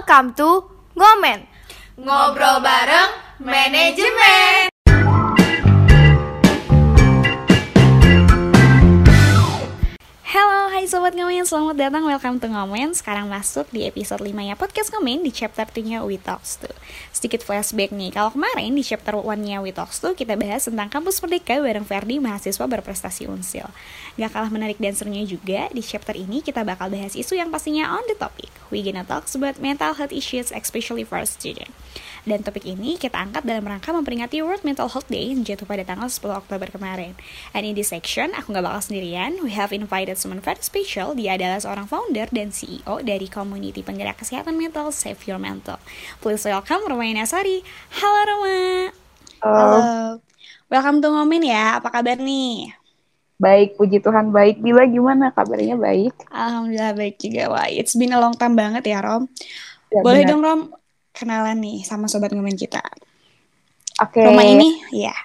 Welcome to Ngomen, ngobrol bareng manajemen. Halo, hai Sobat Ngomen, selamat datang, welcome to Ngomen. Sekarang masuk di episode 5 ya podcast Ngomen di chapter 2-nya We Talks 2. Sedikit flashback nih, kalau kemarin di chapter 1-nya We Talks 2 kita bahas tentang kampus merdeka bareng Ferdi, mahasiswa berprestasi Unsil. Gak kalah menarik dan serunya juga, di chapter ini kita bakal bahas isu yang pastinya on the topic. We gonna talk about mental health issues especially for students. Dan topik ini kita angkat dalam rangka memperingati World Mental Health Day yang jatuh pada tanggal 10 Oktober kemarin. And in this section, aku gak bakal sendirian. We have invited someone very special. Dia adalah seorang founder dan CEO dari community penggerak kesehatan mental Save Your Mental. Please welcome Roma Inasari. Halo Roma. Halo. Welcome to Ngomen ya. Apa kabar nih? Baik, puji Tuhan baik. Bila gimana kabarnya baik? Alhamdulillah baik juga. Wah, it's been a long time banget ya Rom. Ya, Boleh benar. dong Rom kenalan nih sama Sobat Ngomen kita. Oke. Roma ini, ya.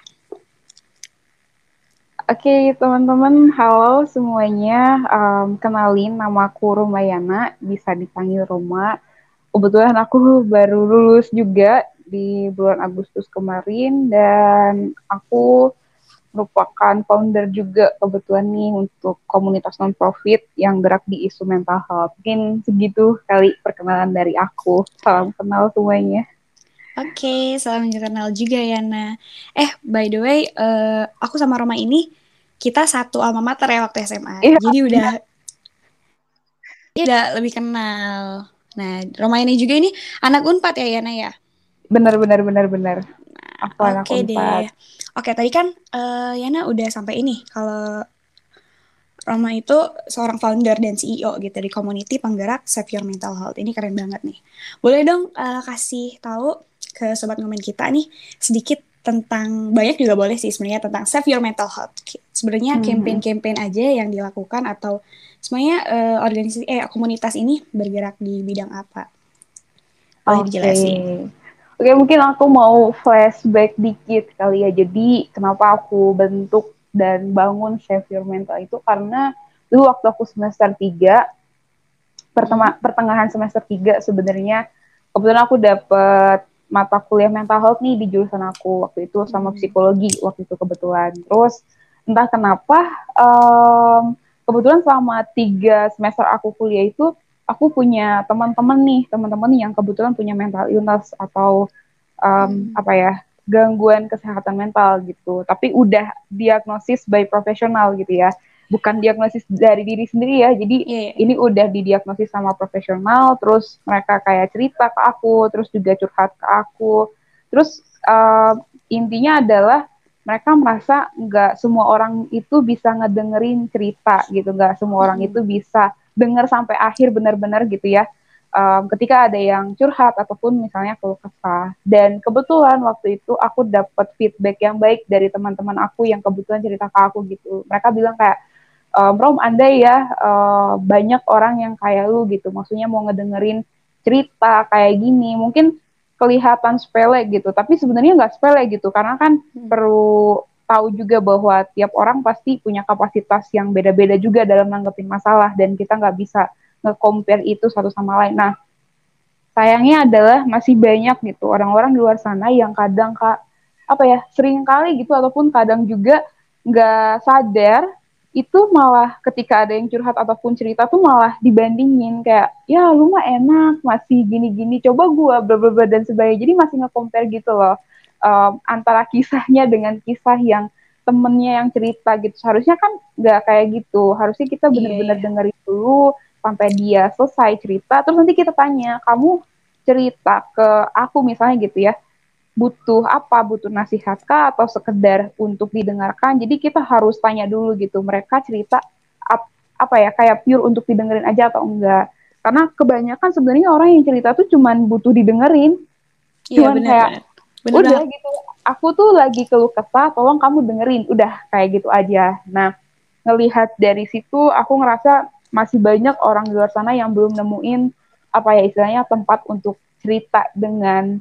Oke, teman-teman, halo semuanya. Kenalin, nama aku Romayana, bisa dipanggil Roma. Kebetulan aku baru lulus juga di bulan Agustus kemarin, dan aku merupakan founder juga kebetulan nih untuk komunitas non-profit yang gerak di isu mental health. Mungkin segitu kali perkenalan dari aku. Salam kenal semuanya. Oke, salam kenal juga ya, Nah. By the way, aku sama Roma ini, kita satu alma mater ya waktu SMA. Iya. Jadi udah lebih kenal. Nah, Roma ini juga ini anak Unpad ya, Yana ya? Benar. Aku anak Oke Unpad. deh. Oke, tadi kan Yana udah sampai ini, kalau Roma itu seorang founder dan CEO gitu di community penggerak Save Your Mental Health. Ini keren banget nih. Boleh dong kasih tahu ke Sobat Ngomen kita nih sedikit tentang, banyak juga boleh sih sebenarnya, tentang Save Your Mental Health. Sebenarnya campaign-campaign aja yang dilakukan atau sebenarnya organisasi komunitas ini bergerak di bidang apa? Boleh dijelasin. Oke, mungkin aku mau flashback dikit kali ya. Jadi, kenapa aku bentuk dan bangun Save Your Mental itu karena dulu waktu aku semester 3, pertengahan semester 3 sebenarnya, kebetulan aku dapet mata kuliah mental health nih di jurusan aku waktu itu sama psikologi waktu itu kebetulan. Terus, entah kenapa, kebetulan selama 3 semester aku kuliah itu, aku punya teman-teman yang kebetulan punya mental illness atau gangguan kesehatan mental gitu. Tapi udah diagnosis by profesional gitu ya, bukan diagnosis dari diri sendiri ya. Jadi ini udah didiagnosis sama profesional. Terus mereka kayak cerita ke aku, terus juga curhat ke aku. Terus intinya adalah mereka merasa nggak semua orang itu bisa ngedengerin cerita gitu, nggak semua orang itu bisa dengar sampai akhir benar-benar gitu ya. Ketika ada yang curhat ataupun misalnya keluh kesah. Dan kebetulan waktu itu aku dapat feedback yang baik dari teman-teman aku yang kebetulan cerita ke aku gitu. Mereka bilang kayak, Rom, andai ya banyak orang yang kayak lu gitu, maksudnya mau ngedengerin cerita kayak gini, mungkin kelihatan sepele gitu, tapi sebenarnya nggak sepele gitu, karena kan perlu tahu juga bahwa tiap orang pasti punya kapasitas yang beda-beda juga dalam nanggepin masalah, dan kita nggak bisa nge-compare itu satu sama lain. Nah, sayangnya adalah masih banyak gitu orang-orang di luar sana yang kadang sering kali gitu ataupun kadang juga nggak sadar itu malah ketika ada yang curhat ataupun cerita tuh malah dibandingin kayak, ya lu mah enak masih gini-gini, coba gua bla bla bla dan sebagainya. Jadi masih nge-compare gitu loh, antara kisahnya dengan kisah yang temennya yang cerita gitu. Seharusnya kan nggak kayak gitu, harusnya kita bener-bener dengerin dulu sampai dia selesai cerita, terus nanti kita tanya, kamu cerita ke aku misalnya gitu ya, butuh apa, butuh nasihat kah atau sekedar untuk didengarkan. Jadi kita harus tanya dulu gitu, mereka cerita kayak pure untuk didengerin aja atau enggak. Karena kebanyakan sebenarnya orang yang cerita tuh cuman butuh didengerin. Cuman kayak udah gitu, aku tuh lagi keluh kesah, tolong kamu dengerin, udah kayak gitu aja. Nah, ngelihat dari situ aku ngerasa masih banyak orang di luar sana yang belum nemuin istilahnya tempat untuk cerita dengan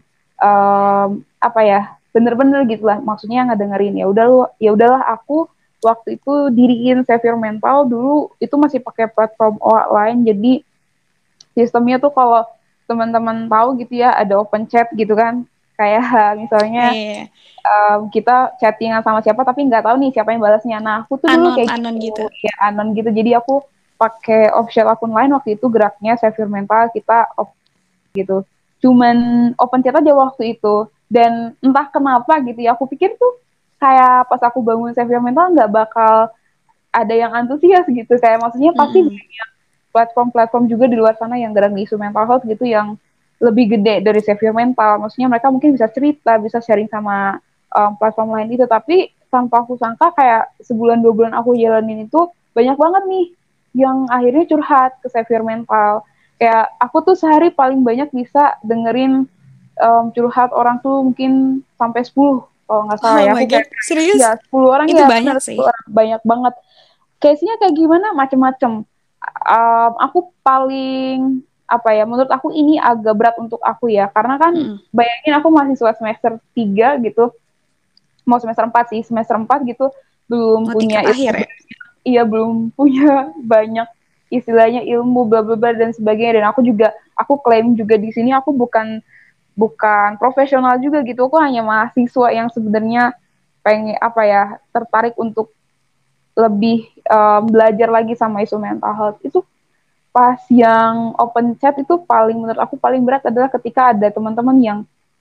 bener-bener gitulah, maksudnya ngedengerin. Ya udahlah aku waktu itu diriin Save Your Mental. Dulu itu masih pakai platform lain, jadi sistemnya tuh kalau teman-teman tahu gitu ya, ada open chat gitu kan, kayak misalnya kita chattingan sama siapa tapi nggak tahu nih siapa yang balasnya. Nah aku tuh dulu kayak gitu, ya anon gitu. Jadi aku pakai official akun lain waktu itu, geraknya Savior Mental, kita gitu. Cuman open chat aja waktu itu. Dan entah kenapa gitu ya, aku pikir tuh kayak pas aku bangun Savior Mental nggak bakal ada yang antusias gitu. Kayak maksudnya pasti banyak platform-platform juga di luar sana yang gerak di isu mental health gitu yang lebih gede dari Savior Mental. Maksudnya mereka mungkin bisa cerita, bisa sharing sama platform lain itu. Tapi tanpa aku sangka kayak sebulan 2 bulan aku jalanin itu banyak banget nih yang akhirnya curhat ke Savior Mental. Kayak aku tuh sehari paling banyak bisa dengerin curhat orang tuh mungkin sampai 10 kalau nggak salah ya. Aku kayak serius? Ya 10 orang Itu ya, banyak bener, sih. 10 orang, banyak banget. Case-nya kayak gimana, macem-macem. Aku paling apa ya, menurut aku ini agak berat untuk aku ya, karena kan bayangin aku mahasiswa semester 3 gitu, mau semester 4 sih, semester 4 gitu, belum punya akhir ya? Iya, belum punya banyak istilahnya ilmu bla bla bla dan sebagainya. Dan aku klaim juga di sini aku bukan profesional juga gitu, aku hanya mahasiswa yang sebenarnya pengen apa ya, tertarik untuk lebih belajar lagi sama isu mental health. Itu pas yang open chat itu menurut aku paling berat adalah ketika ada teman-teman yang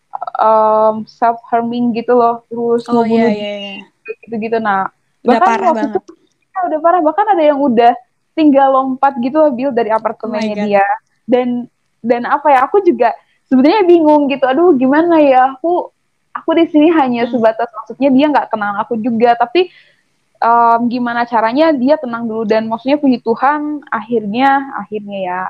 self harming gitu loh, terus mau bunuh diri gitu-gitu. Nah, udah bahkan parah waktu banget. itu udah parah, bahkan ada yang udah tinggal lompat gitu loh, Bil, dari apartemennya dia. Dan apa ya, aku juga sebenarnya bingung gitu, aduh gimana ya, aku di sini hanya sebatas, maksudnya dia nggak kenal aku juga, tapi gimana caranya dia tenang dulu. Dan maksudnya puji Tuhan akhirnya ya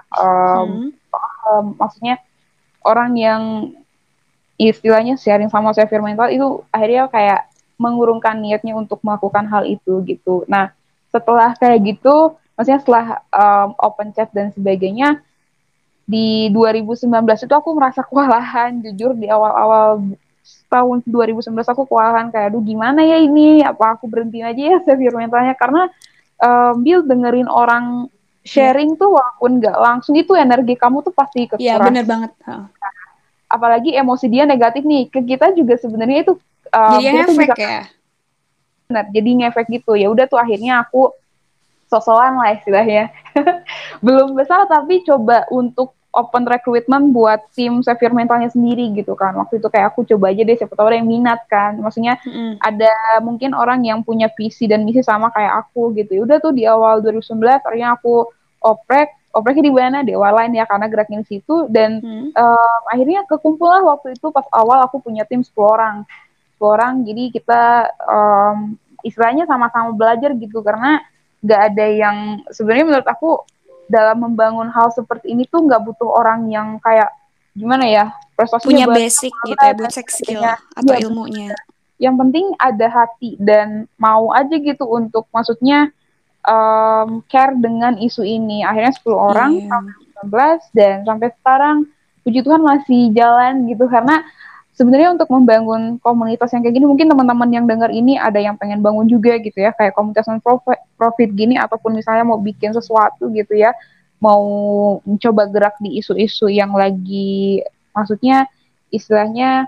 maksudnya orang yang istilahnya sharing sama Savior Mental itu akhirnya kayak mengurungkan niatnya untuk melakukan hal itu gitu. Nah setelah kayak gitu, maksudnya setelah open chat dan sebagainya, di 2019 itu aku merasa kewalahan, jujur di awal-awal tahun 2019 aku kewalahan, kayak aduh gimana ya ini, apa aku berhenti aja ya Savior Mentalnya, karena Bill dengerin orang sharing tuh walaupun nggak langsung itu energi kamu tuh pasti kekuras. Iya bener banget. Apalagi emosi dia negatif nih ke kita juga sebenarnya itu jadi kita tuh bisa ya. Benar, jadi ngefek gitu. Ya udah tuh akhirnya aku sosokan lah istilahnya. Belum besar tapi coba untuk open recruitment buat tim Savior Mentalnya sendiri gitu kan. Waktu itu kayak aku coba aja deh, siapa tahu ada yang minat kan. Maksudnya ada mungkin orang yang punya visi dan misi sama kayak aku gitu. Ya udah tuh di awal 2019 akhirnya aku opreknya di mana? Dewa Line ya, karena geraknya di situ. Dan akhirnya kekumpul lah waktu itu pas awal aku punya tim 10 orang. 10 orang, jadi kita istilahnya sama-sama belajar gitu, karena nggak ada yang, sebenarnya menurut aku dalam membangun hal seperti ini tuh nggak butuh orang yang kayak gimana ya, prestasinya punya basic gitu ya, buat skill atau ilmunya. Yang penting ada hati dan mau aja gitu untuk maksudnya care dengan isu ini. Akhirnya 10 orang sampai 19 dan sampai sekarang puji Tuhan masih jalan gitu, karena sebenarnya untuk membangun komunitas yang kayak gini, mungkin teman-teman yang dengar ini ada yang pengen bangun juga gitu ya, kayak komunitas non-profit gini, ataupun misalnya mau bikin sesuatu gitu ya, mau mencoba gerak di isu-isu yang lagi, maksudnya istilahnya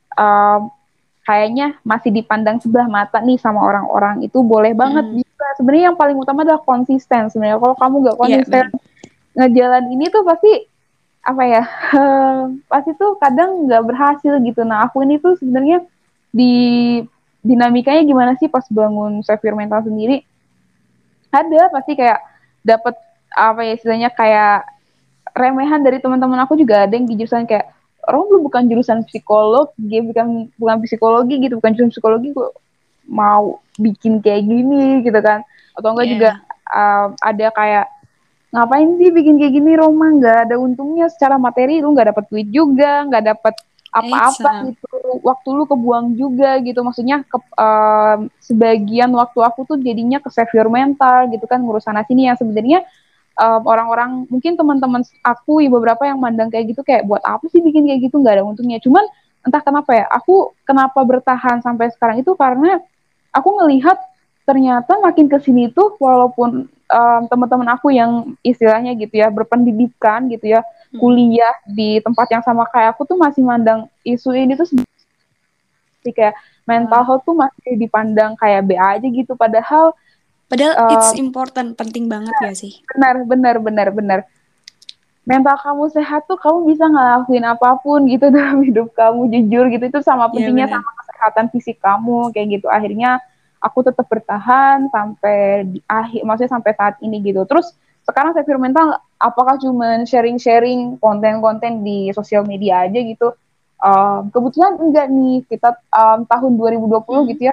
kayaknya masih dipandang sebelah mata nih sama orang-orang, itu boleh banget bisa. Sebenarnya yang paling utama adalah konsisten sebenarnya. Kalau kamu nggak konsisten ngejalan ini tuh pasti apa ya, pasti tuh kadang nggak berhasil gitu. Nah aku ini tuh sebenarnya di dinamikanya gimana sih pas bangun Savior Mental sendiri, ada pasti kayak dapat apa ya istilahnya, kayak remehan dari teman-teman aku juga. Ada yang di jurusan kayak, orang lu bukan jurusan psikologi, bukan psikologi gitu, bukan jurusan psikologi kok mau bikin kayak gini gitu kan. Atau enggak juga ada kayak, ngapain sih bikin kayak gini Roma, nggak ada untungnya secara materi, lu nggak dapat duit juga, nggak dapat apa-apa gitu, waktu lu kebuang juga gitu. Maksudnya sebagian waktu aku tuh jadinya ke Savior Mental gitu kan, ngurus sana sini, yang sebenarnya orang-orang mungkin teman-teman aku ya beberapa yang mandang kayak gitu, kayak buat apa sih bikin kayak gitu, nggak ada untungnya. Cuman entah kenapa ya, aku kenapa bertahan sampai sekarang itu karena aku ngelihat ternyata makin kesini tuh walaupun teman-teman aku yang istilahnya gitu ya berpendidikan gitu ya, kuliah di tempat yang sama kayak aku tuh masih mandang isu ini tuh sih kayak mental health tuh masih dipandang kayak B aja gitu, padahal it's important, penting banget ya sih. Benar. Mental kamu sehat tuh kamu bisa ngelakuin apapun gitu dalam hidup kamu, jujur gitu, itu sama pentingnya sama kesehatan fisik kamu kayak gitu. Akhirnya aku tetap bertahan sampai di akhir, maksudnya sampai saat ini gitu. Terus sekarang Safe Your Mental apakah cuma sharing-sharing konten-konten di sosial media aja gitu? Kebetulan enggak nih, kita tahun 2020 gitu ya,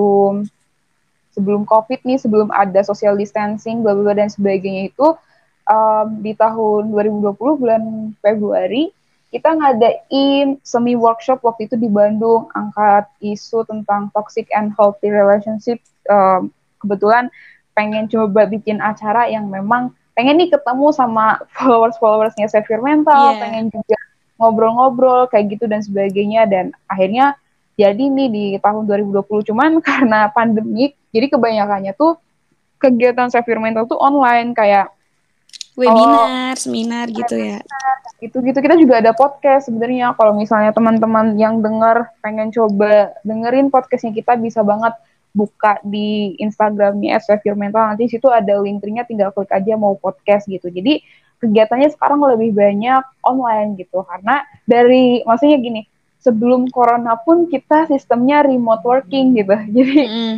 sebelum COVID nih, sebelum ada social distancing, bla bla dan sebagainya itu, di tahun 2020 bulan Februari kita ngadain semi workshop waktu itu di Bandung, angkat isu tentang toxic and healthy relationship. Kebetulan pengen coba bikin acara yang memang pengen nih ketemu sama followers-followersnya Save Your Mental, pengen juga ngobrol-ngobrol kayak gitu dan sebagainya, dan akhirnya jadi nih di tahun 2020. Cuman karena pandemik, jadi kebanyakannya tuh kegiatan Save Your Mental tuh online, kayak webinar, seminar gitu ya. Gitu-gitu. Kita juga ada podcast sebenarnya. Kalau misalnya teman-teman yang dengar pengen coba dengerin podcastnya kita, bisa banget buka di Instagramnya @safeyourmental. Nanti situ ada link linknya, tinggal klik aja mau podcast gitu. Jadi kegiatannya sekarang lebih banyak online gitu. Karena maksudnya gini, sebelum corona pun kita sistemnya remote working gitu. Jadi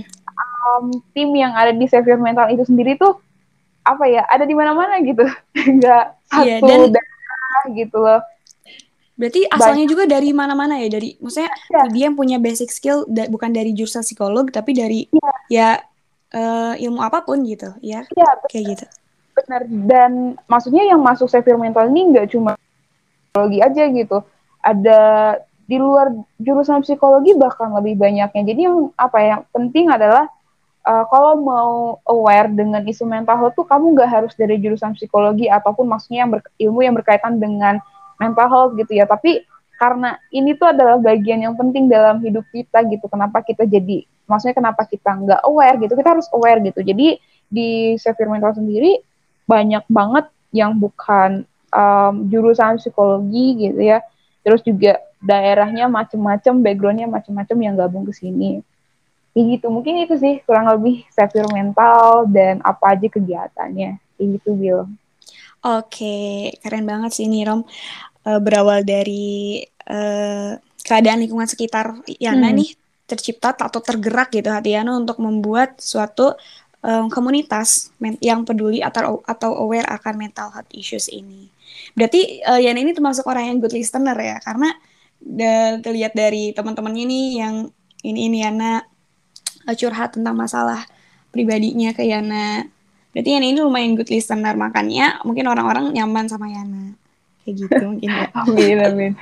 tim yang ada di Save Your Mental itu sendiri tuh apa ya, ada di mana-mana gitu, nggak satu daerah gitu loh. Berarti asalnya juga dari mana-mana ya, dari maksudnya dia yang punya basic skill bukan dari jurusan psikolog tapi dari ilmu apapun gitu ya, kayak gitu. Benar, dan maksudnya yang masuk Save Your Mental ini nggak cuma psikologi aja gitu, ada di luar jurusan psikologi bahkan lebih banyaknya. Jadi yang penting adalah kalau mau aware dengan isu mental health tuh kamu nggak harus dari jurusan psikologi ataupun maksudnya ilmu yang berkaitan dengan mental health gitu ya, tapi karena ini tuh adalah bagian yang penting dalam hidup kita gitu. Kenapa kita nggak aware gitu, kita harus aware gitu. Jadi di Save Your Mental sendiri banyak banget yang bukan jurusan psikologi gitu ya, terus juga daerahnya macem-macem, backgroundnya macem-macem yang gabung ke sini. Gitu, mungkin itu sih kurang lebih Save Your Mental dan apa aja kegiatannya. Gitu, Bill. Oke, keren banget sih nih, Rom. Berawal dari keadaan lingkungan sekitar Yana nih tercipta atau tergerak gitu hati Yana untuk membuat suatu komunitas yang peduli atau aware akan mental health issues ini. Berarti Yana ini termasuk orang yang good listener ya, karena terlihat dari teman-temannya nih yang ini Yana curhat tentang masalah pribadinya ke Yana. Berarti Yana ini lumayan good listener, makanya mungkin orang-orang nyaman sama Yana. Kayak gitu mungkin ya. Amin.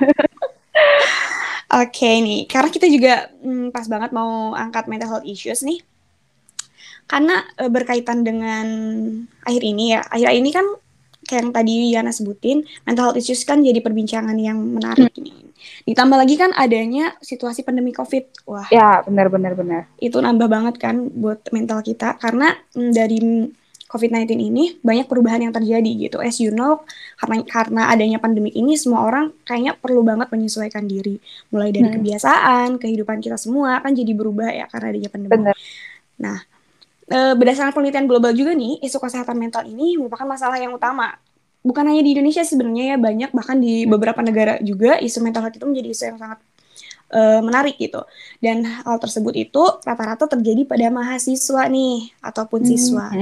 Oke nih, karena kita juga pas banget mau angkat mental health issues nih. Karena berkaitan dengan akhir ini kan kayak yang tadi Yana sebutin, mental health issues kan jadi perbincangan yang menarik nih. Ditambah lagi kan adanya situasi pandemi COVID. Wah. Ya, benar. Itu nambah banget kan buat mental kita, karena dari COVID-19 ini banyak perubahan yang terjadi gitu. As you know, karena adanya pandemi ini, semua orang kayaknya perlu banget menyesuaikan diri. Mulai dari kebiasaan, kehidupan kita semua kan jadi berubah ya karena adanya pandemi. Benar. Nah, berdasarkan penelitian global juga nih, isu kesehatan mental ini merupakan masalah yang utama. Bukan hanya di Indonesia sebenarnya ya, banyak bahkan di beberapa negara juga isu mental health itu menjadi isu yang sangat menarik gitu. Dan hal tersebut itu rata-rata terjadi pada mahasiswa nih ataupun siswa.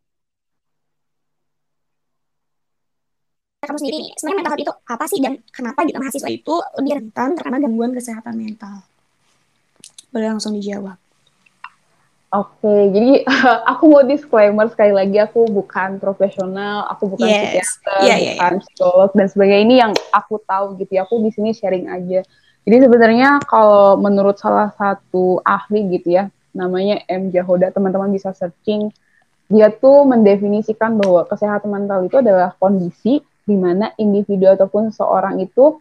Kamu sendiri nih, sebenarnya mental health itu apa sih dan kenapa gitu mahasiswa itu lebih rentan terkena gangguan kesehatan mental? Boleh langsung dijawab. Oke, jadi aku mau disclaimer sekali lagi, aku bukan profesional, aku bukan psikiater, bukan psikolog dan sebagainya. Ini yang aku tahu gitu ya, aku di sini sharing aja. Jadi sebenarnya kalau menurut salah satu ahli gitu ya, namanya M. Jahoda, teman-teman bisa searching, dia tuh mendefinisikan bahwa kesehatan mental itu adalah kondisi di mana individu ataupun seorang itu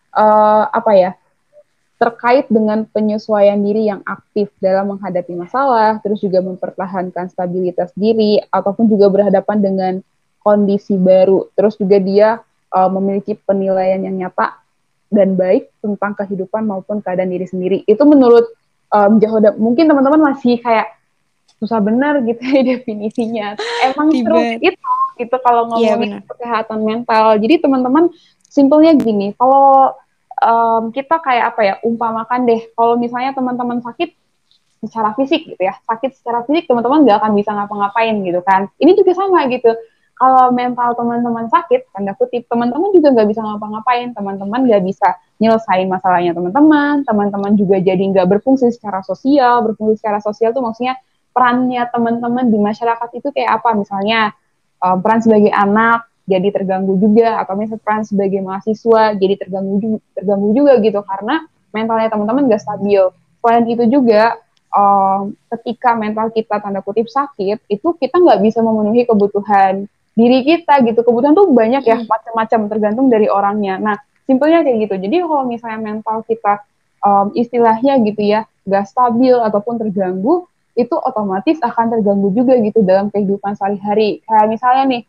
terkait dengan penyesuaian diri yang aktif dalam menghadapi masalah, terus juga mempertahankan stabilitas diri, ataupun juga berhadapan dengan kondisi baru. Terus juga dia memiliki penilaian yang nyata dan baik tentang kehidupan maupun keadaan diri sendiri. Itu menurut Jahoda, mungkin teman-teman masih kayak susah benar gitu ya definisinya. Emang seru itu gitu kalau ngomongin kesehatan mental. Jadi teman-teman simpelnya gini, kalau kita kayak apa ya, umpamakan deh, kalau misalnya teman-teman sakit secara fisik gitu ya, sakit secara fisik teman-teman nggak akan bisa ngapa-ngapain gitu kan. Ini juga sama gitu. Kalau mental teman-teman sakit, tanda kutip, teman-teman juga nggak bisa ngapa-ngapain, teman-teman nggak bisa nyelesain masalahnya teman-teman, teman-teman juga jadi nggak berfungsi secara sosial. Berfungsi secara sosial tuh maksudnya perannya teman-teman di masyarakat itu kayak apa, misalnya peran sebagai anak jadi terganggu juga, atau misalnya peran sebagai mahasiswa jadi terganggu juga gitu, karena mentalnya teman-teman nggak stabil. Selain itu juga, ketika mental kita tanda kutip sakit, itu kita nggak bisa memenuhi kebutuhan diri kita gitu. Kebutuhan tuh banyak ya, macam-macam, tergantung dari orangnya. Nah, simpelnya kayak gitu. Jadi kalau misalnya mental kita istilahnya gitu ya, nggak stabil ataupun terganggu, itu otomatis akan terganggu juga gitu dalam kehidupan sehari-hari. Kayak misalnya nih,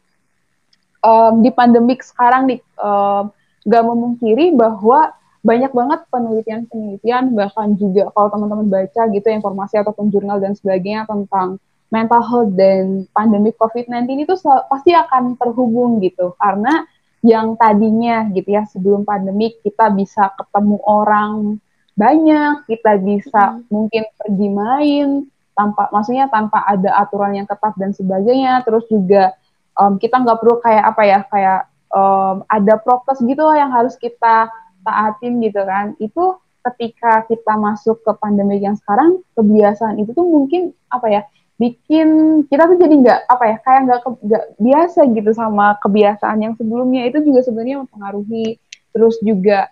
di pandemik sekarang nih, nggak memungkiri bahwa banyak banget penelitian-penelitian, bahkan juga kalau teman-teman baca gitu informasi ataupun jurnal dan sebagainya tentang mental health dan pandemi COVID-19 itu pasti akan terhubung gitu. Karena yang tadinya gitu ya, sebelum pandemi kita bisa ketemu orang banyak, kita bisa mungkin pergi main, maksudnya tanpa ada aturan yang ketat dan sebagainya, terus juga kita nggak perlu kayak apa ya, kayak ada prokes gitu lah yang harus kita taatin gitu kan. Itu ketika kita masuk ke pandemi yang sekarang, kebiasaan itu tuh mungkin apa ya, bikin kita tuh jadi nggak apa ya, kayak nggak biasa gitu sama kebiasaan yang sebelumnya. Itu juga sebenarnya mempengaruhi. Terus juga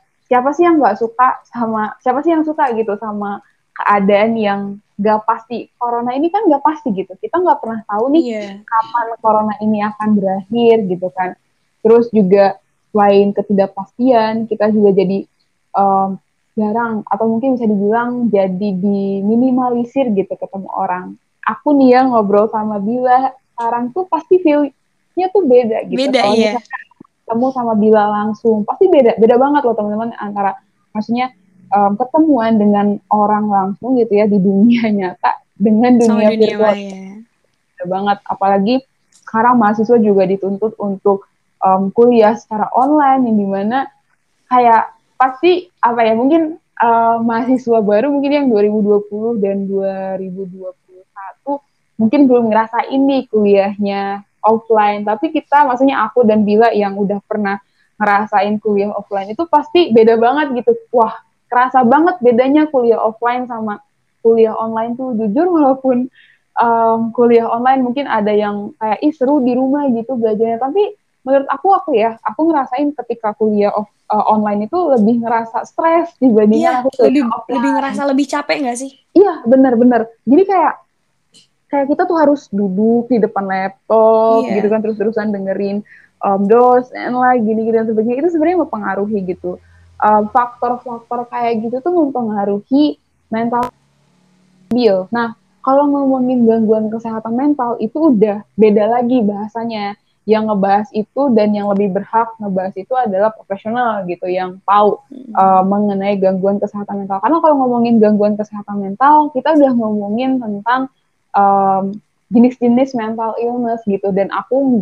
siapa sih yang suka gitu sama keadaan yang nggak pasti. Corona ini kan nggak pasti gitu, kita nggak pernah tahu nih kapan corona ini akan berakhir gitu kan. Terus juga selain ketidakpastian, kita juga jadi jarang, atau mungkin bisa dibilang jadi diminimalisir gitu ketemu orang. Aku nih ya ngobrol sama Bila sekarang tuh pasti feel-nya tuh beda gitu. Kalau misalnya ketemu sama Bila langsung, pasti beda banget loh teman-teman, antara maksudnya ketemuan dengan orang langsung gitu ya di dunia nyata dengan dunia virtual. Beda banget, apalagi sekarang mahasiswa juga dituntut untuk kuliah secara online, yang dimana kayak pasti apa ya, mungkin mahasiswa baru mungkin yang 2020 dan 2021 mungkin belum ngerasain nih kuliahnya offline, tapi kita, maksudnya aku dan Bila yang udah pernah ngerasain kuliah offline itu pasti beda banget gitu. Wah, kerasa banget bedanya kuliah offline sama kuliah online tuh. Jujur, walaupun kuliah online mungkin ada yang kayak seru di rumah gitu belajarnya, tapi menurut aku ngerasain ketika kuliah online itu lebih ngerasa stres dibandingkan aku kuliah offline. Lebih ngerasa lebih capek nggak sih? Iya, bener. Jadi kayak kita tuh harus duduk di depan laptop gitu kan, terus-terusan dengerin dosen lah gini-gini dan sebagainya. Itu sebenarnya mempengaruhi gitu. Faktor-faktor kayak gitu tuh mempengaruhi mental stabil. Nah, kalau ngomongin gangguan kesehatan mental itu udah beda lagi bahasanya. Yang ngebahas itu dan yang lebih berhak ngebahas itu adalah profesional gitu, yang tahu mengenai gangguan kesehatan mental. Karena kalau ngomongin gangguan kesehatan mental, kita udah ngomongin tentang jenis-jenis mental illness gitu, dan aku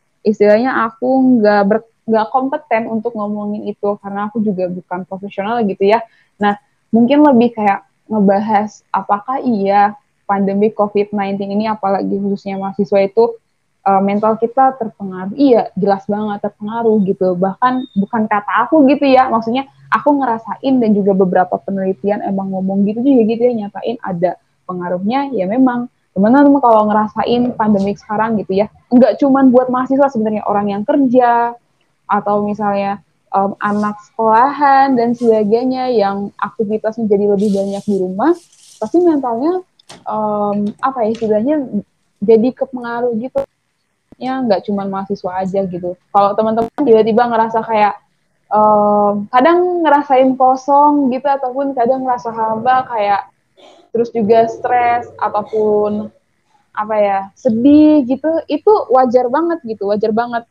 nggak kompeten untuk ngomongin itu karena aku juga bukan profesional gitu ya. Nah, mungkin lebih kayak ngebahas apakah iya pandemi COVID-19 ini, apalagi khususnya mahasiswa itu mental kita terpengaruh. Iya, jelas banget terpengaruh gitu. Bahkan bukan kata aku gitu ya, maksudnya aku ngerasain dan juga beberapa penelitian emang ngomong gitu juga gitu ya, nyatain ada pengaruhnya. Ya memang teman-teman kalau ngerasain pandemik sekarang gitu ya, enggak cuman buat mahasiswa sebenarnya, orang yang kerja atau misalnya anak sekolahan dan sebagainya yang aktivitasnya jadi lebih banyak di rumah, pasti mentalnya apa ya istilahnya, jadi kepengaruh gitu. Ya nggak cuma mahasiswa aja gitu. Kalau teman-teman tiba-tiba ngerasa kayak kadang ngerasain kosong gitu, ataupun kadang ngerasa hampa, kayak terus juga stres ataupun apa ya, sedih gitu, itu wajar banget gitu, wajar banget.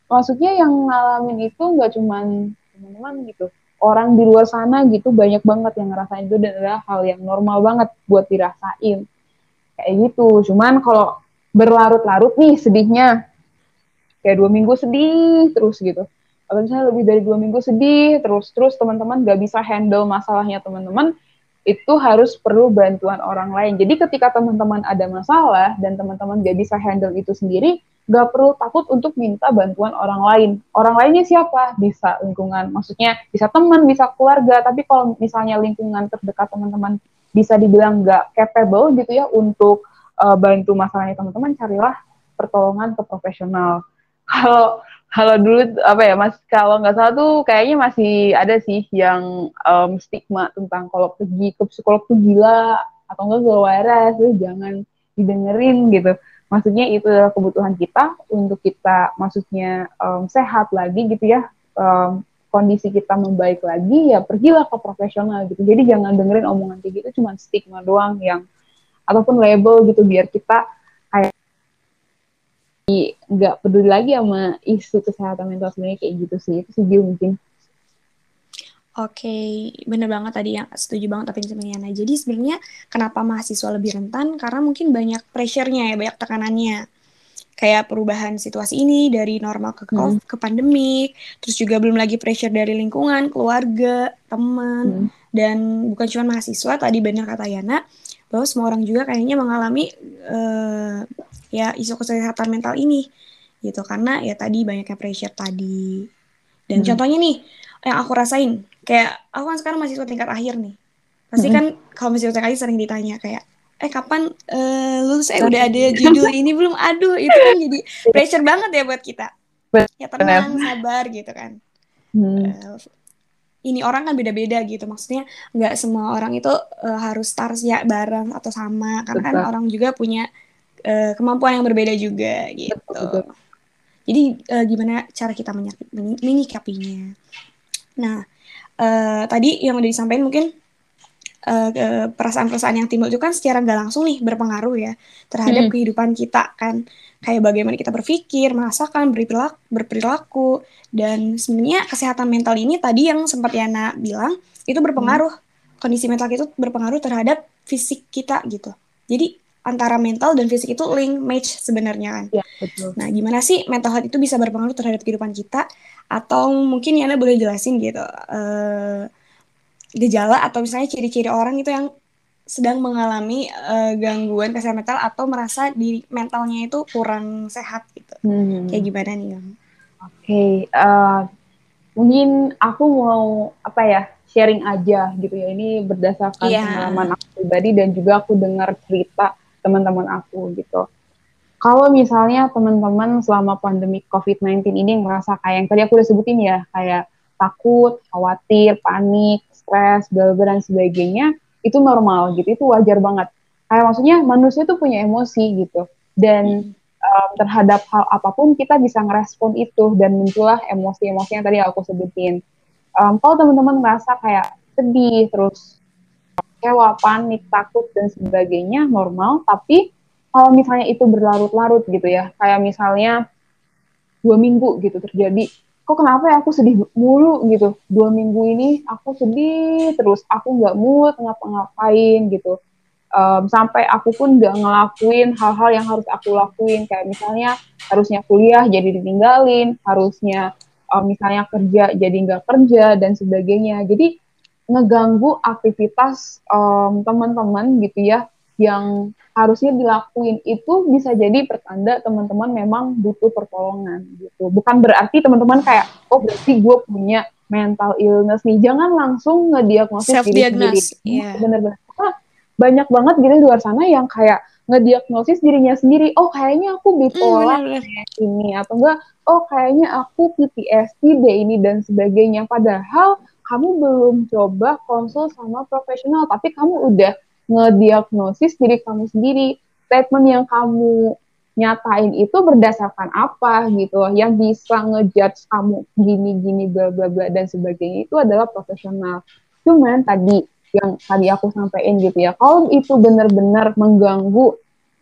maksudnya yang ngalamin itu nggak cuman teman-teman gitu, orang di luar sana gitu banyak banget yang ngerasain itu dan adalah hal yang normal banget buat dirasain kayak gitu. Cuman kalau berlarut-larut nih sedihnya, kayak 2 minggu sedih terus gitu, kalau misalnya lebih dari 2 minggu sedih terus teman-teman gak bisa handle masalahnya teman-teman, itu harus perlu bantuan orang lain. Jadi ketika teman-teman ada masalah dan teman-teman gak bisa handle itu sendiri, gak perlu takut untuk minta bantuan orang lain. Orang lainnya siapa? Bisa lingkungan, maksudnya bisa teman, bisa keluarga, tapi kalau misalnya lingkungan terdekat teman-teman bisa dibilang gak capable gitu ya untuk bantu masalahnya teman-teman, carilah pertolongan ke profesional. Kalau kalau dulu apa ya Mas, kalau nggak salah tuh kayaknya masih ada sih yang stigma tentang kalau pergi ke psikolog tuh gila atau enggak gak waras, jangan didengerin gitu. Maksudnya itu adalah kebutuhan kita untuk kita maksudnya sehat lagi gitu ya, kondisi kita membaik lagi, ya pergilah ke profesional gitu. Jadi jangan dengerin omongan kayak gitu, cuma stigma doang yang ataupun label gitu biar kita kayak nggak peduli lagi sama isu kesehatan mental sebenarnya kayak gitu sih. Itu sih dia mungkin. Oke, bener banget tadi, yang setuju banget apa yang disampaikan Yana. Jadi sebenarnya kenapa mahasiswa lebih rentan? Karena mungkin banyak pressure-nya ya, banyak tekanannya. Kayak perubahan situasi ini dari normal ke pandemik, terus juga belum lagi pressure dari lingkungan, keluarga, teman, dan bukan cuma mahasiswa, tadi benar kata Yana, bahwa semua orang juga kayaknya mengalami ya isu kesehatan mental ini, gitu. Karena ya tadi banyaknya pressure tadi. Dan contohnya nih, yang aku rasain, kayak aku kan sekarang mahasiswa tingkat akhir nih. Pasti kan kalau mahasiswa tingkat akhir sering ditanya kayak, kapan lulus, udah ada judul ini belum? Aduh, itu kan jadi pressure banget ya buat kita. Ya tenang, sabar gitu kan. Ini orang kan beda-beda gitu. Maksudnya nggak semua orang itu harus start ya bareng atau sama. Karena kan orang juga punya kemampuan yang berbeda juga gitu. Jadi gimana cara kita menyikapinya. Nah, tadi yang udah disampaikan mungkin perasaan-perasaan yang timbul itu kan secara nggak langsung nih berpengaruh ya terhadap kehidupan kita kan, kayak bagaimana kita berpikir, merasakan, berperilaku, dan sebenarnya kesehatan mental ini tadi yang sempat Yana bilang itu berpengaruh, kondisi mental itu berpengaruh terhadap fisik kita gitu. Jadi antara mental dan fisik itu link match sebenarnya kan. Ya, betul. Nah, gimana sih mental health itu bisa berpengaruh terhadap kehidupan kita? Atau mungkin Yana boleh jelasin gitu gejala atau misalnya ciri-ciri orang itu yang sedang mengalami gangguan kesehatan mental atau merasa diri mentalnya itu kurang sehat gitu. Kayak gimana nih, Bang? Oke, mungkin aku mau apa ya, sharing aja gitu ya. Ini berdasarkan pengalaman aku pribadi dan juga aku dengar cerita teman-teman aku gitu. Kalau misalnya teman-teman selama pandemi COVID-19 ini merasa kayak yang tadi aku udah sebutin ya, kayak takut, khawatir, panik, stres, dan sebagainya, itu normal gitu, itu wajar banget. Kayak maksudnya manusia tuh punya emosi gitu, dan terhadap hal apapun kita bisa ngerespon itu, dan muncullah emosi-emosi yang tadi aku sebutin. Kalau teman-teman merasa kayak sedih, terus kecewa, panik, takut, dan sebagainya, normal, tapi kalau misalnya itu berlarut-larut gitu ya, kayak misalnya 2 minggu gitu terjadi, kok kenapa ya aku sedih mulu gitu, 2 minggu ini aku sedih terus, aku nggak mood ngapa-ngapain gitu, sampai aku pun nggak ngelakuin hal-hal yang harus aku lakuin, kayak misalnya harusnya kuliah jadi ditinggalin, harusnya misalnya kerja jadi nggak kerja, dan sebagainya. Jadi ngeganggu aktivitas teman-teman gitu ya, yang harusnya dilakuin, itu bisa jadi pertanda teman-teman memang butuh pertolongan gitu. Bukan berarti teman-teman kayak, oh berarti gue punya mental illness nih. Jangan langsung ngediagnosis diri sendiri. Bener-bener. Banyak banget gitu di luar sana yang kayak ngediagnosis dirinya sendiri. Oh kayaknya aku bipolar ini, atau enggak, oh kayaknya aku PTSD deh ini, dan sebagainya. Padahal kamu belum coba konsul sama profesional, tapi kamu udah ngediagnosis diri kamu sendiri. Statement yang kamu nyatain itu berdasarkan apa gitu, yang bisa ngejudge kamu gini-gini bla bla bla dan sebagainya itu adalah profesional. Cuman tadi yang tadi aku sampaikan gitu ya, kalau itu benar-benar mengganggu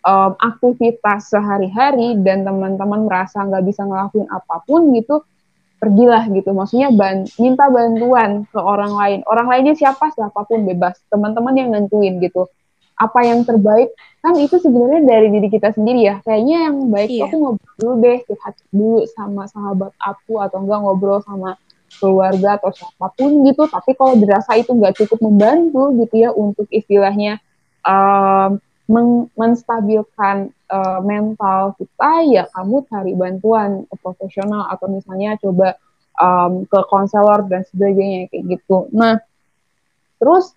aktivitas sehari-hari dan teman-teman merasa nggak bisa ngelakuin apapun gitu, pergilah gitu. Maksudnya minta bantuan ke orang lain. Orang lainnya siapapun bebas. Teman-teman yang nentuin gitu. Apa yang terbaik kan itu sebenarnya dari diri kita sendiri ya. Kayaknya yang baik tuh aku ngobrol dulu deh, curhat dulu sama sahabat aku atau enggak ngobrol sama keluarga atau siapapun gitu. Tapi kalau dirasa itu nggak cukup membantu gitu ya untuk istilahnya um, menstabilkan mental kita, ya kamu cari bantuan profesional atau misalnya coba ke konselor dan sebagainya kayak gitu. Nah, terus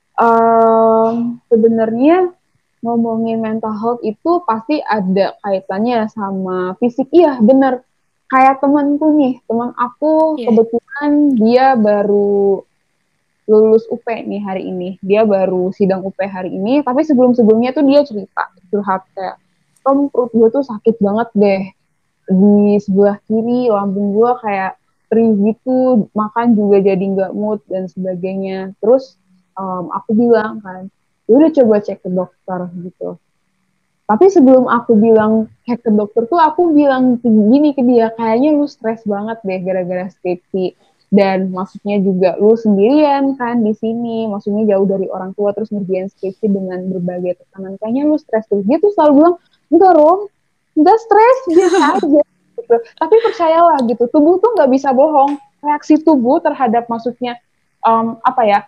sebenarnya ngomongin mental health itu pasti ada kaitannya sama fisik. Iya, bener. Kayak temanku nih, teman aku kebetulan dia baru lulus UP nih hari ini. Dia baru sidang UP hari ini, tapi sebelum-sebelumnya tuh dia cerita, curhat kayak, Tom, perut gue tuh sakit banget deh. Di sebelah kiri, lambung gue kayak perih gitu, makan juga jadi nggak mood, dan sebagainya. Terus aku bilang kan, ya udah coba cek ke dokter gitu. Tapi sebelum aku bilang cek ke dokter tuh, aku bilang gini ke dia, kayaknya lu stres banget deh gara-gara skripsi. Dan maksudnya juga lu sendirian kan di sini, maksudnya jauh dari orang tua terus ngerjain skripsi dengan berbagai tekanan. Kayaknya lu stres tuh. Dia tuh selalu bilang, enggak Rom, enggak stres, biasa aja. Gitu. Tapi percayalah gitu, tubuh tuh nggak bisa bohong. Reaksi tubuh terhadap maksudnya apa ya,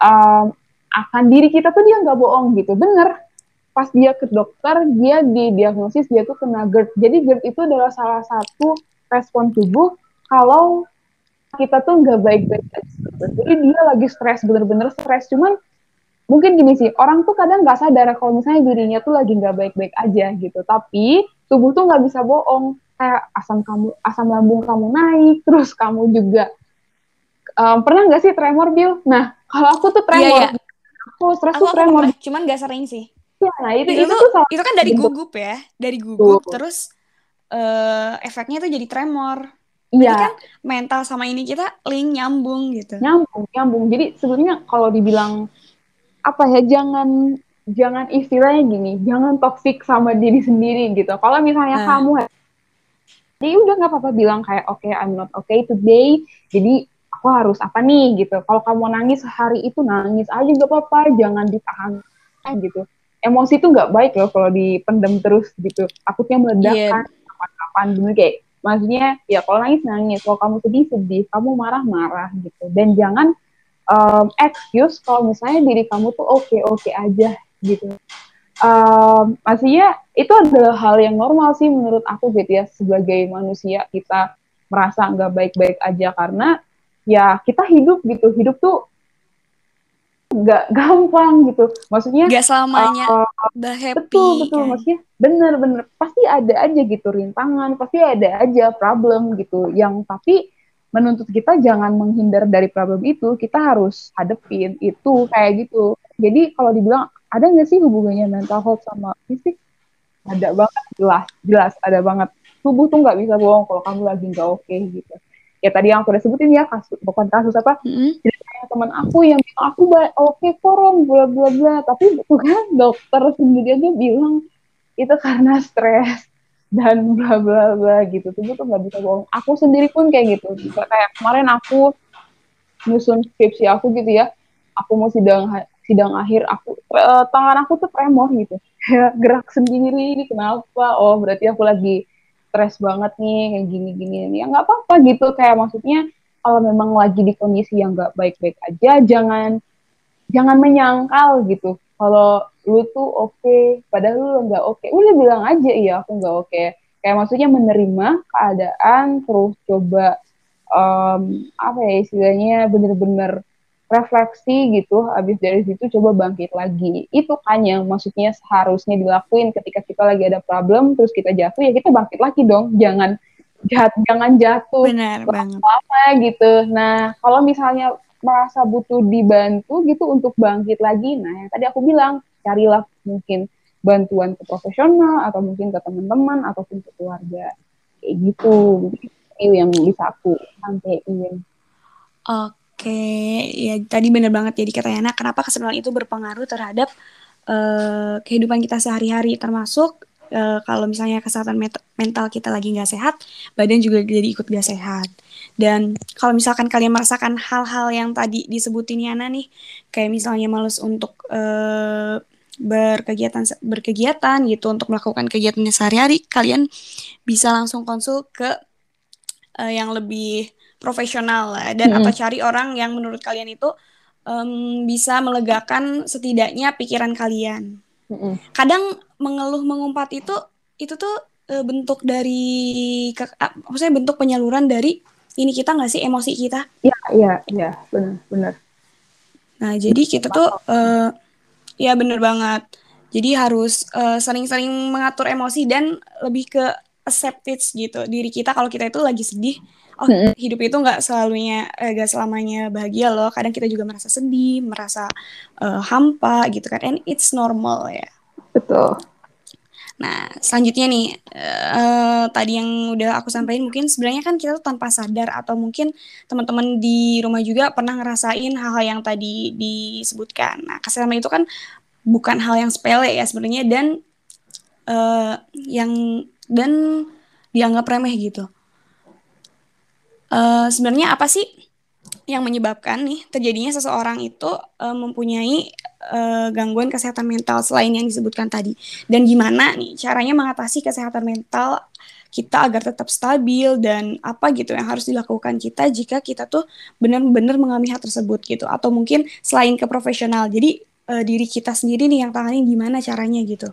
akan diri kita tuh dia nggak bohong gitu. Bener, pas dia ke dokter, dia didiagnosis dia tuh kena GERD. Jadi GERD itu adalah salah satu respon tubuh kalau kita tuh nggak baik-baik aja. Jadi dia lagi stres, bener-bener stres. Cuman mungkin gini sih, orang tuh kadang nggak sadar kalau misalnya dirinya tuh lagi nggak baik-baik aja gitu. Tapi tubuh tuh nggak bisa bohong. Kayak asam lambung kamu naik, terus kamu juga pernah nggak sih tremor, Bill? Nah, kalau aku tuh tremor. Iya. Aku stres Aku tuh tremor. pernah, cuman nggak sering sih. Ya, nah Itu tuh tuh salah itu kan dari bentuk gugup ya, dari gugup tuh. terus efeknya tuh jadi tremor. Berarti kan Iya, mental sama ini kita nyambung gitu. nyambung. Jadi sebenarnya kalau dibilang apa ya, jangan jangan istilahnya gini, jangan toksik sama diri sendiri gitu. Kalau misalnya kamu jadi udah nggak apa-apa bilang kayak oke, I'm not okay today, jadi aku harus apa nih gitu. Kalau kamu nangis sehari itu nangis aja nggak apa-apa, jangan ditahan gitu. Emosi itu nggak baik loh kalau dipendam terus gitu, takutnya meledak kan kapan-kapan bener kayak. Maksudnya ya kalau nangis nangis, kalau kamu sedih sedih, kamu marah marah gitu. Dan jangan excuse kalau misalnya diri kamu tuh oke aja gitu. Maksudnya itu adalah hal yang normal sih menurut aku gitu ya, sebagai manusia kita merasa nggak baik-baik aja karena ya kita hidup tuh nggak gampang gitu, maksudnya gak selamanya udah betul happy kan. maksudnya bener-bener pasti ada aja gitu rintangan, pasti ada aja problem gitu yang tapi menuntut kita jangan menghindar dari problem itu, kita harus hadepin itu kayak gitu. Jadi kalau dibilang ada nggak sih hubungannya mental health sama fisik, ada banget, jelas jelas ada banget. Tubuh tuh nggak bisa bohong kalau kamu lagi nggak oke gitu. Ya tadi yang aku udah sebutin ya, bukan kasus apa, jadi kayak teman aku yang bilang aku oke korong bla bla bla, tapi bukan dokter sendiri aja bilang itu karena stres dan bla bla bla gitu. Tubuh tuh nggak bisa bohong. Aku sendiri pun kayak gitu. Kayak kemarin aku nyusun skripsi aku gitu ya, aku mau sidang akhir, aku tangan aku tuh tremor gitu, kayak gerak sendiri, ini kenapa, oh berarti aku lagi stres banget nih kayak gini-gini. Ya nggak apa-apa gitu, kayak maksudnya kalau memang lagi di kondisi yang nggak baik-baik aja, jangan jangan menyangkal gitu kalau lu tuh padahal lu nggak udah bilang aja iya aku nggak kayak maksudnya menerima keadaan, terus coba apa ya istilahnya, bener-bener refleksi gitu, habis dari situ coba bangkit lagi. Itu kan yang maksudnya seharusnya dilakuin ketika kita lagi ada problem terus kita jatuh, ya kita bangkit lagi dong, jangan jatuh Benar banget. lama gitu. Nah kalau misalnya merasa butuh dibantu gitu untuk bangkit lagi, nah yang tadi aku bilang, carilah mungkin bantuan ke profesional atau mungkin ke teman-teman ataupun ke keluarga kayak gitu. Itu yang bisa aku sampaikan. Oke, ya tadi bener banget. Jadi katanya, kenapa kesadaran itu berpengaruh terhadap kehidupan kita sehari-hari, termasuk kalau misalnya kesehatan mental kita lagi nggak sehat, badan juga jadi ikut nggak sehat. Dan kalau misalkan kalian merasakan hal-hal yang tadi disebutin Yana nih, kayak misalnya males untuk berkegiatan gitu, untuk melakukan kegiatannya sehari-hari, kalian bisa langsung konsul ke yang lebih profesional lah, dan atau cari orang yang menurut kalian itu bisa melegakan setidaknya pikiran kalian. Kadang mengeluh mengumpat itu tuh bentuk dari maksudnya bentuk penyaluran dari ini kita nggak sih, emosi kita. Iya, benar. Nah, jadi kita tuh ya bener banget. Jadi harus sering-sering mengatur emosi dan lebih ke accepted gitu diri kita kalau kita itu lagi sedih. Oh, hidup itu nggak selamanya bahagia loh. Kadang kita juga merasa sedih, merasa hampa gitu kan. And it's normal ya. Betul. Nah, selanjutnya nih, tadi yang udah aku sampaikan mungkin sebenarnya kan kita tuh tanpa sadar, atau mungkin teman-teman di rumah juga pernah ngerasain hal-hal yang tadi disebutkan. Nah, kesehatan itu kan bukan hal yang sepele ya sebenarnya, dan dan dianggap remeh gitu. Sebenarnya apa sih yang menyebabkan nih terjadinya seseorang itu mempunyai gangguan kesehatan mental selain yang disebutkan tadi, dan gimana nih caranya mengatasi kesehatan mental kita agar tetap stabil, dan apa gitu yang harus dilakukan kita jika kita tuh benar-benar mengalami hal tersebut gitu, atau mungkin selain ke profesional, jadi diri kita sendiri nih yang tanganin gimana caranya gitu.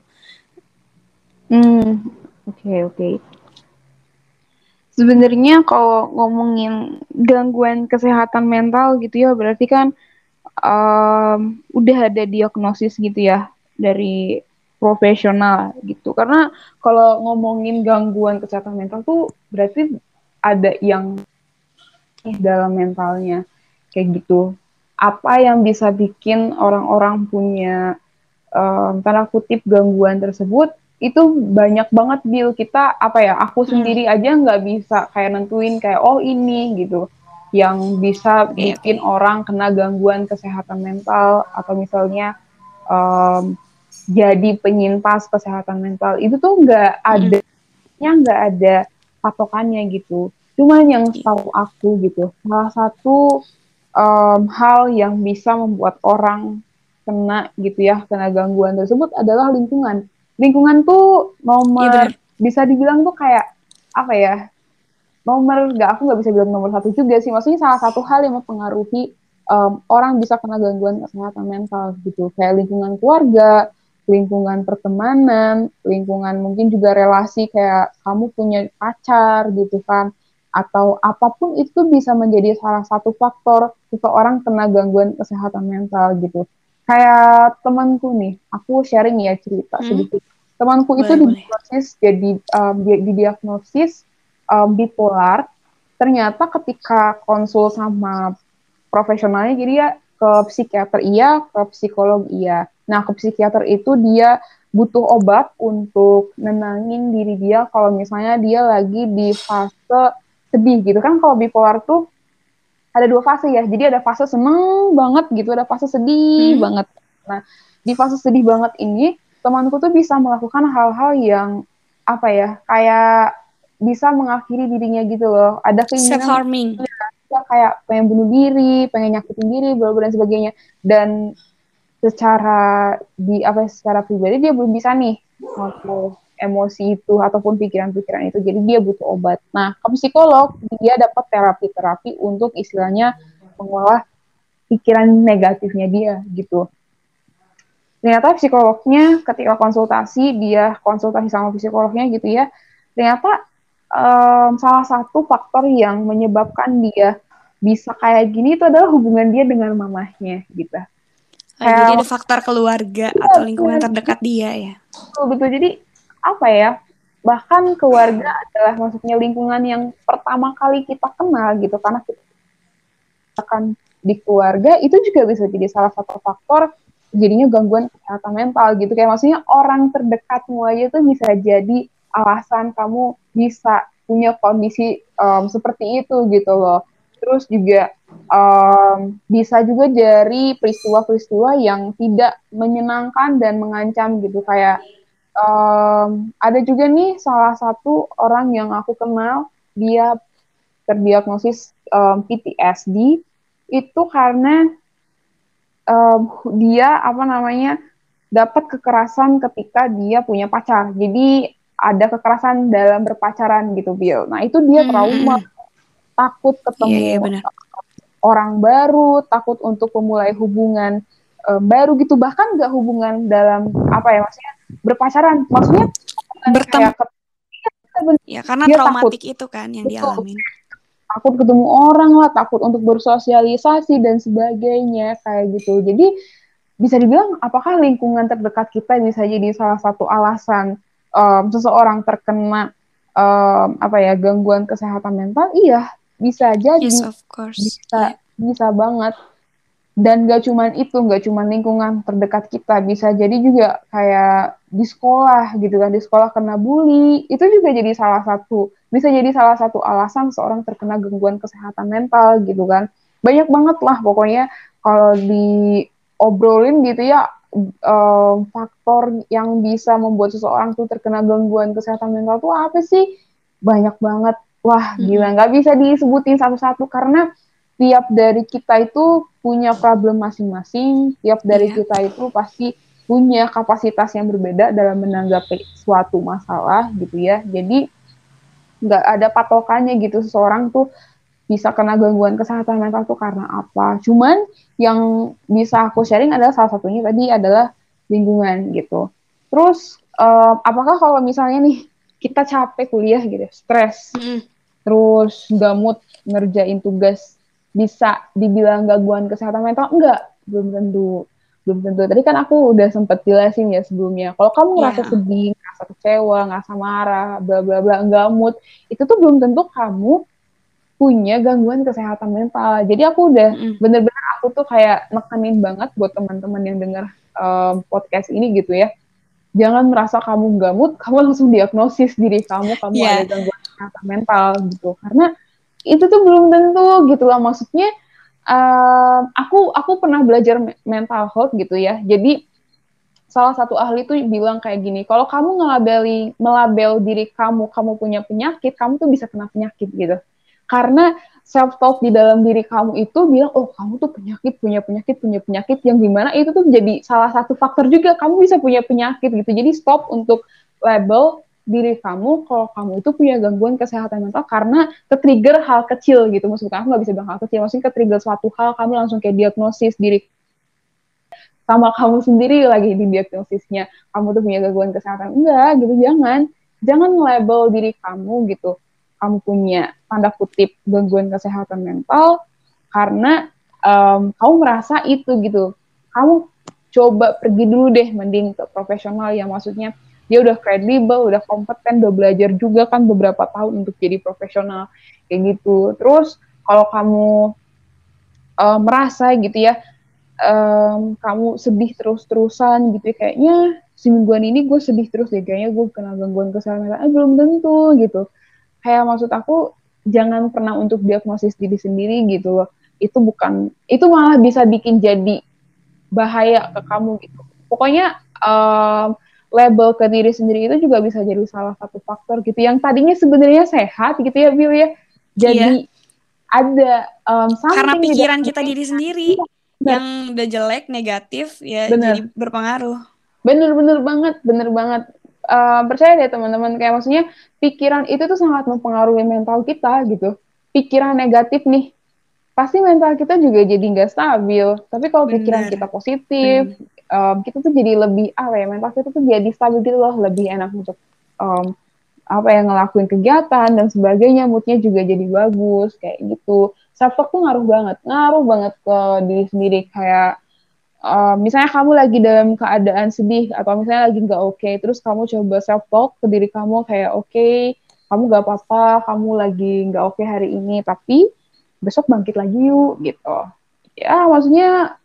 Oke. Sebenarnya kalau ngomongin gangguan kesehatan mental gitu ya, berarti kan udah ada diagnosis gitu ya dari profesional gitu. Karena kalau ngomongin gangguan kesehatan mental tuh berarti ada yang dalam mentalnya kayak gitu. Apa yang bisa bikin orang-orang punya tanda kutip gangguan tersebut itu banyak banget, Bill. Kita aku sendiri aja nggak bisa kayak nentuin kayak oh ini gitu yang bisa bikin orang kena gangguan kesehatan mental, atau misalnya jadi penyintas kesehatan mental itu tuh nggak ada patokannya gitu. Cuman yang setahu aku gitu, salah satu hal yang bisa membuat orang kena gangguan tersebut adalah lingkungan. Lingkungan tuh nomor, bisa dibilang tuh kayak apa ya, aku nggak bisa bilang nomor satu juga sih, maksudnya salah satu hal yang mempengaruhi orang bisa kena gangguan kesehatan mental gitu, kayak lingkungan keluarga, lingkungan pertemanan, lingkungan mungkin juga relasi, kayak kamu punya pacar gitu kan, atau apapun itu bisa menjadi salah satu faktor seseorang kena gangguan kesehatan mental gitu. Kayak temanku nih, aku sharing ya cerita sedikit. Temanku itu didiagnosis bipolar. Ternyata ketika konsul sama profesionalnya, jadi ya ke psikiater iya, ke psikolog iya. Nah, ke psikiater itu dia butuh obat untuk nenangin diri dia kalau misalnya dia lagi di fase sedih gitu kan. Kalau bipolar tuh ada dua fase ya, jadi ada fase seneng banget gitu, ada fase sedih banget. Nah, di fase sedih banget ini, temanku tuh bisa melakukan hal-hal yang kayak bisa mengakhiri dirinya gitu loh. Ada keinginan self-harming. Ya, kayak pengen bunuh diri, pengen nyakitin diri, bla dan sebagainya. Dan secara pribadi dia belum bisa nih ngatur emosi itu ataupun pikiran-pikiran itu, jadi dia butuh obat. Nah, ke psikolog dia dapat terapi untuk istilahnya mengolah pikiran negatifnya dia gitu. Ternyata psikolognya ketika dia konsultasi sama psikolognya gitu ya, ternyata salah satu faktor yang menyebabkan dia bisa kayak gini itu adalah hubungan dia dengan mamahnya gitu. Jadi ada faktor keluarga atau lingkungan terdekat dia ya. Betul. Jadi bahkan keluarga adalah maksudnya lingkungan yang pertama kali kita kenal gitu, karena kita akan di keluarga itu juga bisa jadi salah satu faktor jadinya gangguan kesehatan mental gitu. Kayak maksudnya orang terdekatmu aja tuh bisa jadi alasan kamu bisa punya kondisi seperti itu gitu loh. Terus juga bisa juga dari peristiwa-peristiwa yang tidak menyenangkan dan mengancam gitu, kayak ada juga nih salah satu orang yang aku kenal, dia terdiagnosis PTSD itu karena dia apa namanya dapat kekerasan ketika dia punya pacar. Jadi ada kekerasan dalam berpacaran gitu, Bill. Nah itu dia trauma, takut Iya, ketemu benar. orang baru, takut untuk memulai hubungan baru gitu, bahkan nggak hubungan dalam apa ya, maksudnya berpacaran, maksudnya Bertemu. kayak Ya, karena dia takut, traumatik itu kan yang betul, dialamin. takut ketemu orang lah, takut untuk bersosialisasi dan sebagainya kayak gitu. Jadi bisa dibilang apakah lingkungan terdekat kita bisa jadi salah satu alasan seseorang terkena apa ya, gangguan kesehatan mental? Iya, bisa Yes, jadi, of course. bisa Iya. bisa banget. Dan gak cuman itu, gak cuman lingkungan terdekat kita, bisa jadi juga kayak di sekolah gitu kan, di sekolah kena bully, itu juga jadi salah satu, bisa jadi salah satu alasan seorang terkena gangguan kesehatan mental gitu kan. Banyak banget lah pokoknya kalau diobrolin gitu ya, faktor yang bisa membuat seseorang tuh terkena gangguan kesehatan mental tuh apa sih? Banyak banget. Wah, gila, nggak bisa disebutin satu-satu karena tiap dari kita itu punya problem masing-masing, tiap dari Iya. kita itu pasti punya kapasitas yang berbeda dalam menanggapi suatu masalah gitu ya. Jadi nggak ada patokannya gitu, seseorang tuh bisa kena gangguan kesehatan mental tuh karena apa. Cuman yang bisa aku sharing adalah salah satunya tadi adalah lingkungan gitu. Terus apakah kalau misalnya nih kita capek kuliah gitu, stres, terus nggak mood ngerjain tugas, bisa dibilang gangguan kesehatan mental? Enggak, belum tentu. Belum tentu. Tadi kan aku udah sempat jelasin ya sebelumnya. Kalau kamu ngerasa Iya. sedih, ngerasa kecewa, ngerasa marah, bla bla bla, nggak mood, itu tuh belum tentu kamu punya gangguan kesehatan mental. Jadi aku udah bener-bener, aku tuh kayak nekenin banget buat teman-teman yang dengar podcast ini gitu ya. Jangan merasa kamu nggak mood, kamu langsung diagnosis diri kamu ada Iya. gangguan kesehatan mental gitu. Karena itu tuh belum tentu gitu lah. Maksudnya aku pernah belajar mental health gitu ya. Jadi salah satu ahli tuh bilang kayak gini, kalau kamu melabel diri kamu punya penyakit, kamu tuh bisa kena penyakit gitu. Karena self talk di dalam diri kamu itu bilang, oh kamu tuh punya penyakit yang gimana itu tuh jadi salah satu faktor juga kamu bisa punya penyakit gitu. Jadi stop untuk label diri kamu kalau kamu itu punya gangguan kesehatan mental karena ke-trigger hal kecil gitu. Maksudnya aku nggak bisa bilang hal kecil, maksudnya ke-trigger suatu hal, kamu langsung kayak diagnosis diri sama kamu sendiri lagi di diagnosisnya, kamu tuh punya gangguan kesehatan. Enggak gitu, jangan label diri kamu gitu, kamu punya tanda kutip gangguan kesehatan mental karena kamu merasa itu gitu. Kamu coba pergi dulu deh mending ke profesional yang maksudnya dia udah kredibel, udah kompeten, udah belajar juga kan beberapa tahun untuk jadi profesional kayak gitu. Terus kalau kamu merasa gitu ya, kamu sedih terus-terusan gitu ya, kayaknya semingguan ini gue sedih terus deh, kayaknya gue kena gangguan kesehatan mental. Belum tentu gitu. Kayak maksud aku, jangan pernah untuk diagnosis diri sendiri gitu loh. Itu malah bisa bikin jadi bahaya ke kamu gitu. Pokoknya label ke diri sendiri itu juga bisa jadi salah satu faktor gitu. Yang tadinya sebenarnya sehat gitu ya, Bill ya. Iya. Jadi ada Karena something di pikiran dalam kita diri. diri sendiri Iya, benar, yang udah jelek, negatif, ya jadi benar. berpengaruh. Bener-bener banget, bener banget. Percaya deh teman-teman, kayak maksudnya pikiran itu tuh sangat mempengaruhi mental kita gitu. Pikiran negatif nih, pasti mental kita juga jadi nggak stabil. Tapi kalau pikiran kita Bener. positif, kita tuh jadi lebih apa ya, mental kita tuh jadi stabil gitu loh, lebih enak untuk um, apa ya, ngelakuin kegiatan dan sebagainya, moodnya juga jadi bagus kayak gitu. Self talk tuh ngaruh banget ke diri sendiri. Kayak misalnya kamu lagi dalam keadaan sedih atau misalnya lagi nggak oke, terus kamu coba self talk ke diri kamu kayak oke, kamu nggak apa-apa, kamu lagi nggak oke hari ini, tapi besok bangkit lagi yuk gitu. Ya maksudnya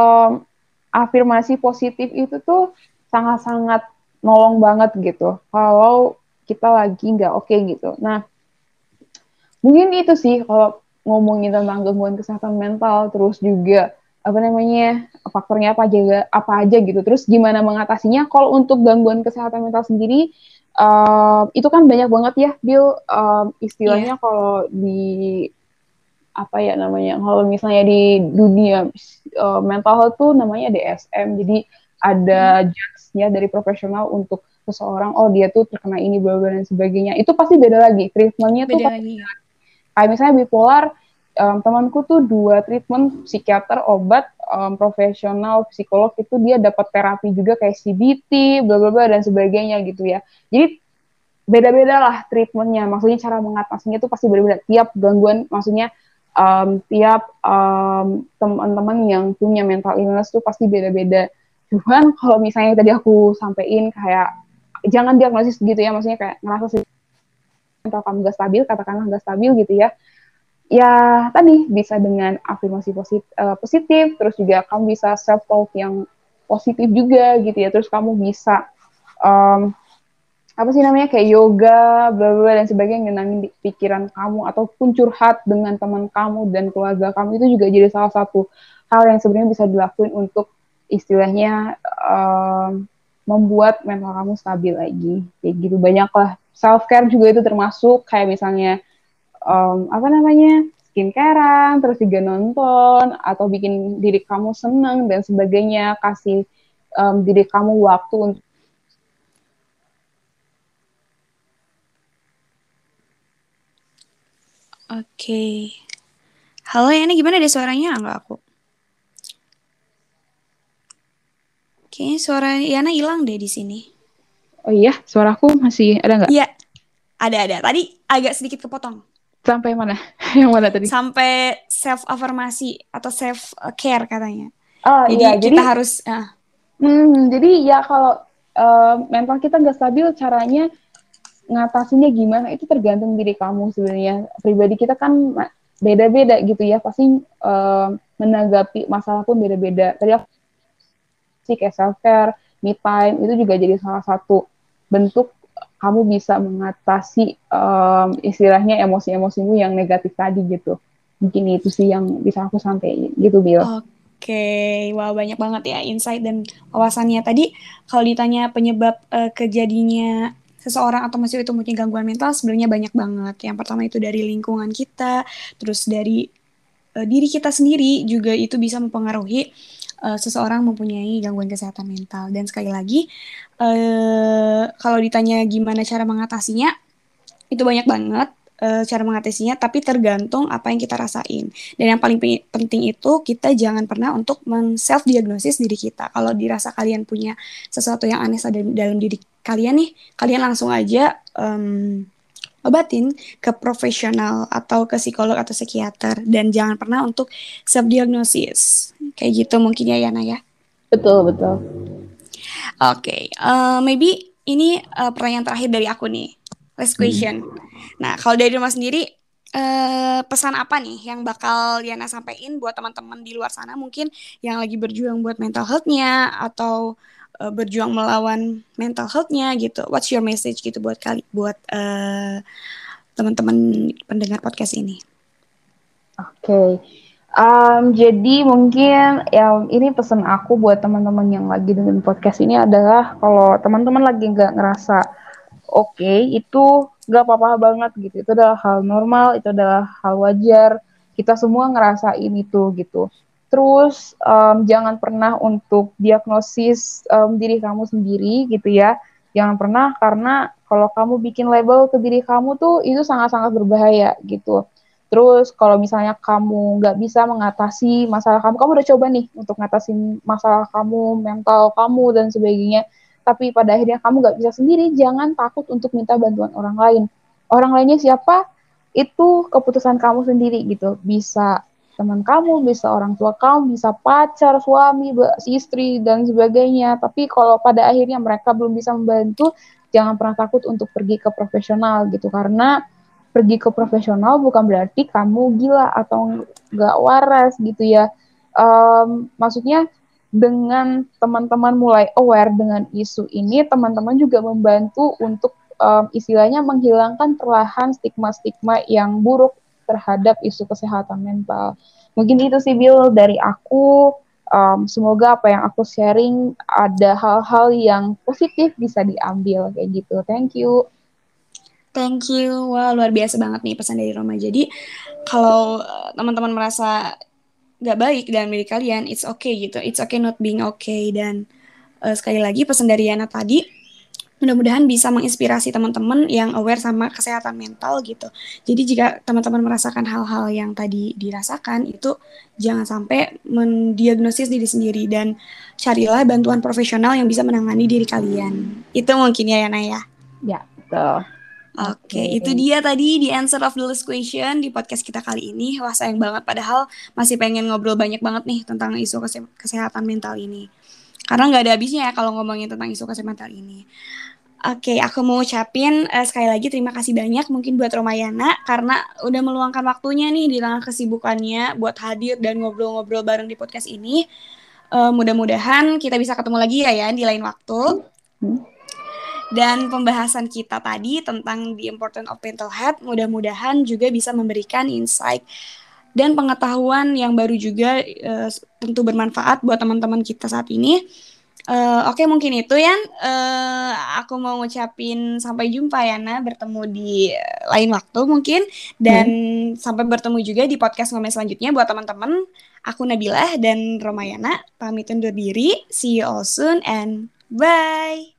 afirmasi positif itu tuh sangat-sangat nolong banget gitu kalau kita lagi nggak oke gitu. Nah mungkin itu sih kalau ngomongin tentang gangguan kesehatan mental, terus juga apa namanya faktornya apa aja gitu. Terus gimana mengatasinya? Kalau untuk gangguan kesehatan mental sendiri, itu kan banyak banget ya, Bill. Istilahnya kalau di apa ya namanya? Kalau misalnya di dunia mental health tuh namanya DSM. Jadi ada judge-nya dari profesional untuk seseorang, oh dia tuh terkena ini, bla bla dan sebagainya. Itu pasti beda lagi. Treatmentnya tuh Beda lagi ya. kayak misalnya bipolar, temanku tuh 2 treatment, psikiater, obat, profesional, psikolog itu dia dapat terapi juga kayak CBT, bla bla bla dan sebagainya gitu ya. Jadi beda-beda lah treatmentnya, maksudnya cara mengatasinya tuh pasti beda-beda. Tiap gangguan, maksudnya tiap teman-teman yang punya mental illness tuh pasti beda-beda. Cuman kalau misalnya tadi aku sampein kayak jangan diagnosis gitu ya, maksudnya kayak ngerasa mental kamu gak stabil, katakanlah gak stabil gitu ya. Ya tadi bisa dengan afirmasi positif, terus juga kamu bisa self talk yang positif juga gitu ya. Terus kamu bisa apa sih namanya kayak yoga, bla bla dan sebagainya, nenangin pikiran kamu, ataupun curhat dengan teman kamu dan keluarga kamu, itu juga jadi salah satu hal yang sebenarnya bisa dilakuin untuk istilahnya membuat mental kamu stabil lagi. Kayak gitu, banyak lah. Self care juga itu termasuk kayak misalnya apa namanya skincarean, terus juga nonton atau bikin diri kamu senang dan sebagainya, kasih diri kamu waktu untuk. Oke. Halo Yana, gimana deh suaranya? Enggak aku. Kayaknya suara Yana hilang deh di sini. Oh iya, suaraku masih ada nggak? Iya, ada. Tadi agak sedikit kepotong. Sampai mana? Yang mana tadi? Sampai self afirmasi atau self care katanya. Oh Jadi iya, kita harus jadi ya kalau mental kita nggak stabil, caranya ngatasinnya gimana itu tergantung diri kamu sebenarnya. Pribadi kita kan beda-beda gitu ya, pasti menanggapi masalah pun beda-beda. Tadi aku sih kayak self care, me time itu juga jadi salah satu bentuk kamu bisa mengatasi istilahnya emosi-emosimu yang negatif tadi gitu. Mungkin itu sih yang bisa aku sampaikan gitu, Bill. Oke, wah banyak banget ya insight dan wawasannya. Tadi kalau ditanya penyebab kejadiannya seseorang atau mahasiswa itu punya gangguan mental, sebenarnya banyak banget. Yang pertama itu dari lingkungan kita, terus dari diri kita sendiri juga itu bisa mempengaruhi seseorang mempunyai gangguan kesehatan mental. Dan sekali lagi, kalau ditanya gimana cara mengatasinya, itu banyak banget cara mengatasinya, tapi tergantung apa yang kita rasain. Dan yang paling penting itu kita jangan pernah untuk men-self-diagnosis diri kita. Kalau dirasa kalian punya sesuatu yang aneh dalam diri kalian nih, kalian langsung aja obatin ke profesional atau ke psikolog atau psikiater. Dan jangan pernah untuk self-diagnosis. Kayak gitu mungkin ya Yana ya. Betul, betul. Oke, maybe ini pertanyaan terakhir dari aku nih. Last question. Nah, kalau dari rumah sendiri, pesan apa nih yang bakal Yana sampaikan buat teman-teman di luar sana mungkin yang lagi berjuang buat mental health-nya atau berjuang melawan mental health-nya gitu. What's your message gitu buat teman-teman pendengar podcast ini? Oke. Jadi mungkin ini pesan aku buat teman-teman yang lagi dengerin podcast ini adalah kalau teman-teman lagi nggak ngerasa oke, itu nggak apa-apa banget gitu. Itu adalah hal normal, itu adalah hal wajar. Kita semua ngerasain itu gitu. Terus jangan pernah untuk diagnosis diri kamu sendiri gitu ya. Jangan pernah, karena kalau kamu bikin label ke diri kamu tuh itu sangat-sangat berbahaya gitu. Terus kalau misalnya kamu nggak bisa mengatasi masalah kamu, kamu udah coba nih untuk ngatasin masalah kamu, mental kamu dan sebagainya, tapi pada akhirnya kamu nggak bisa sendiri, jangan takut untuk minta bantuan orang lain. Orang lainnya siapa? Itu keputusan kamu sendiri gitu. Bisa teman kamu, bisa orang tua kamu, bisa pacar, suami, istri, dan sebagainya. Tapi kalau pada akhirnya mereka belum bisa membantu, jangan pernah takut untuk pergi ke profesional gitu. Karena pergi ke profesional bukan berarti kamu gila atau nggak waras gitu ya. Maksudnya dengan teman-teman mulai aware dengan isu ini, teman-teman juga membantu untuk istilahnya menghilangkan perlahan stigma-stigma yang buruk terhadap isu kesehatan mental. Mungkin itu sih Bill dari aku. Semoga apa yang aku sharing ada hal-hal yang positif bisa diambil kayak gitu. Thank you. Thank you. Wah, luar biasa banget nih pesan dari Roma. Jadi, kalau teman-teman merasa gak baik dalam diri kalian, it's okay gitu. It's okay not being okay. Dan sekali lagi pesan dari Yana tadi, mudah-mudahan bisa menginspirasi teman-teman yang aware sama kesehatan mental gitu. Jadi jika teman-teman merasakan hal-hal yang tadi dirasakan, itu jangan sampai mendiagnosis diri sendiri dan carilah bantuan profesional yang bisa menangani diri kalian. Itu mungkin ya Yana ya. Ya, betul. Oke, itu dia tadi the answer of the last question di podcast kita kali ini. Wah, sayang banget padahal masih pengen ngobrol banyak banget nih tentang isu kesehatan mental ini. Karena nggak ada habisnya ya kalau ngomongin tentang isu kesehatan mental ini. Oke, aku mau ucapin sekali lagi terima kasih banyak mungkin buat Romayana karena udah meluangkan waktunya nih di tengah kesibukannya buat hadir dan ngobrol-ngobrol bareng di podcast ini. Mudah-mudahan kita bisa ketemu lagi ya di lain waktu. Dan pembahasan kita tadi tentang the importance of mental health mudah-mudahan juga bisa memberikan insight dan pengetahuan yang baru juga tentu bermanfaat buat teman-teman kita saat ini. Oke, mungkin itu ya. Aku mau ngucapin sampai jumpa Yana, bertemu di lain waktu mungkin. Dan sampai bertemu juga di podcast Ngomen selanjutnya buat teman-teman. Aku Nabilah dan Romayana, pamit undur diri. See you all soon and bye!